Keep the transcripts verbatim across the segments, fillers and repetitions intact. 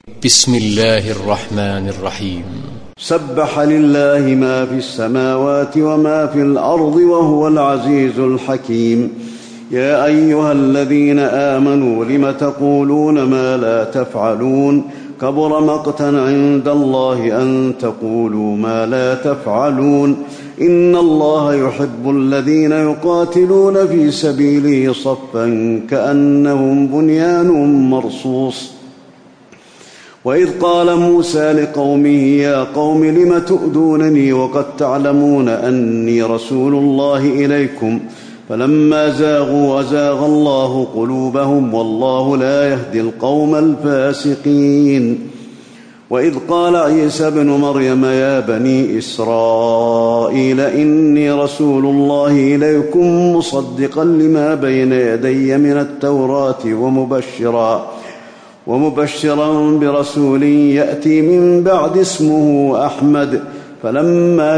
بسم الله الرحمن الرحيم. سبح لله ما في السماوات وما في الأرض وهو العزيز الحكيم. يا أيها الذين آمنوا لم تقولون ما لا تفعلون؟ كبر مقتا عند الله أن تقولوا ما لا تفعلون. إن الله يحب الذين يقاتلون في سبيله صفا كأنهم بنيان مرصوص. وإذ قال موسى لقومه يا قوم لم تؤذونني وقد تعلمون أني رسول الله إليكم فلما زاغوا وزاغ الله قلوبهم والله لا يهدي القوم الفاسقين. وإذ قال عيسى ابن مريم يا بني إسرائيل إني رسول الله إليكم مصدقا لما بين يدي من التوراة ومبشرا ومبشرا برسول يأتي من بعد اسمه أحمد. فلما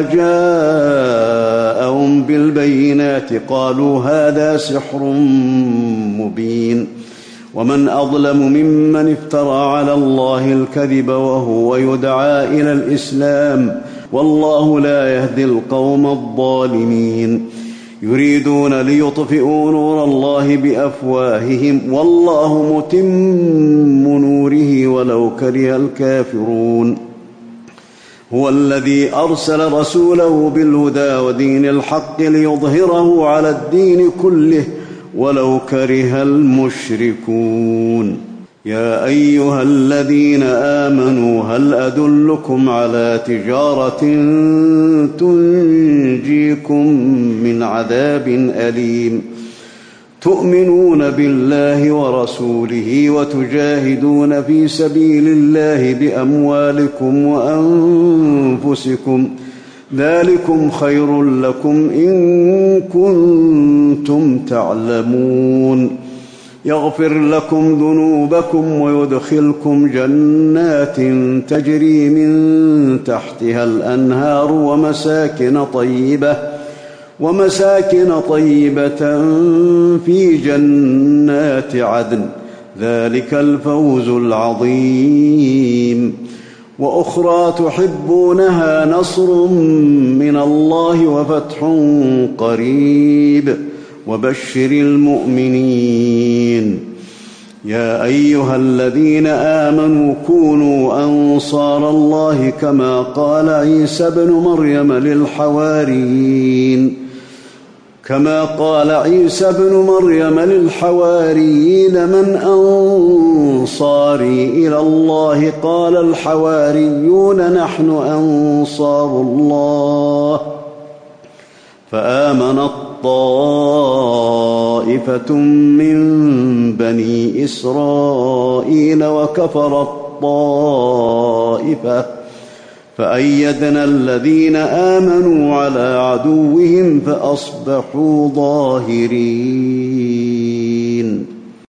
جاءهم بالبينات قالوا هذا سحر مبين. ومن أظلم ممن افترى على الله الكذب وهو يدعى إلى الإسلام والله لا يهدي القوم الظالمين. يريدون ليطفئوا نور الله بأفواههم والله متم نوره ولو كره الكافرون. هو الذي أرسل رسوله بالهدى ودين الحق ليظهره على الدين كله ولو كره المشركون. يا أيها الذين آمنوا هل أدلكم على تجارة تنجيكم من عذاب أليم تؤمنون بالله ورسوله وتجاهدون في سبيل الله بأموالكم وأنفسكم ذلكم خير لكم إن كنتم تعلمون. يغفر لكم ذنوبكم ويدخلكم جنات تجري من تحتها الأنهار ومساكن طيبة ومساكن طيبة في جنات عدن ذلك الفوز العظيم. وأخرى تحبونها نصر من الله وفتح قريب وبشر المؤمنين. يا أيها الذين آمنوا كونوا أنصار الله كما قال عيسى ابن مريم للحواريين كما قال عيسى ابن مريم للحواريين من أنصاري إلى الله؟ قال الحواريون نحن أنصار الله. فآمنت طائفة من بني إسرائيل وكفرت طائفة فأيدنا الذين آمنوا على عدوهم فأصبحوا ظاهرين.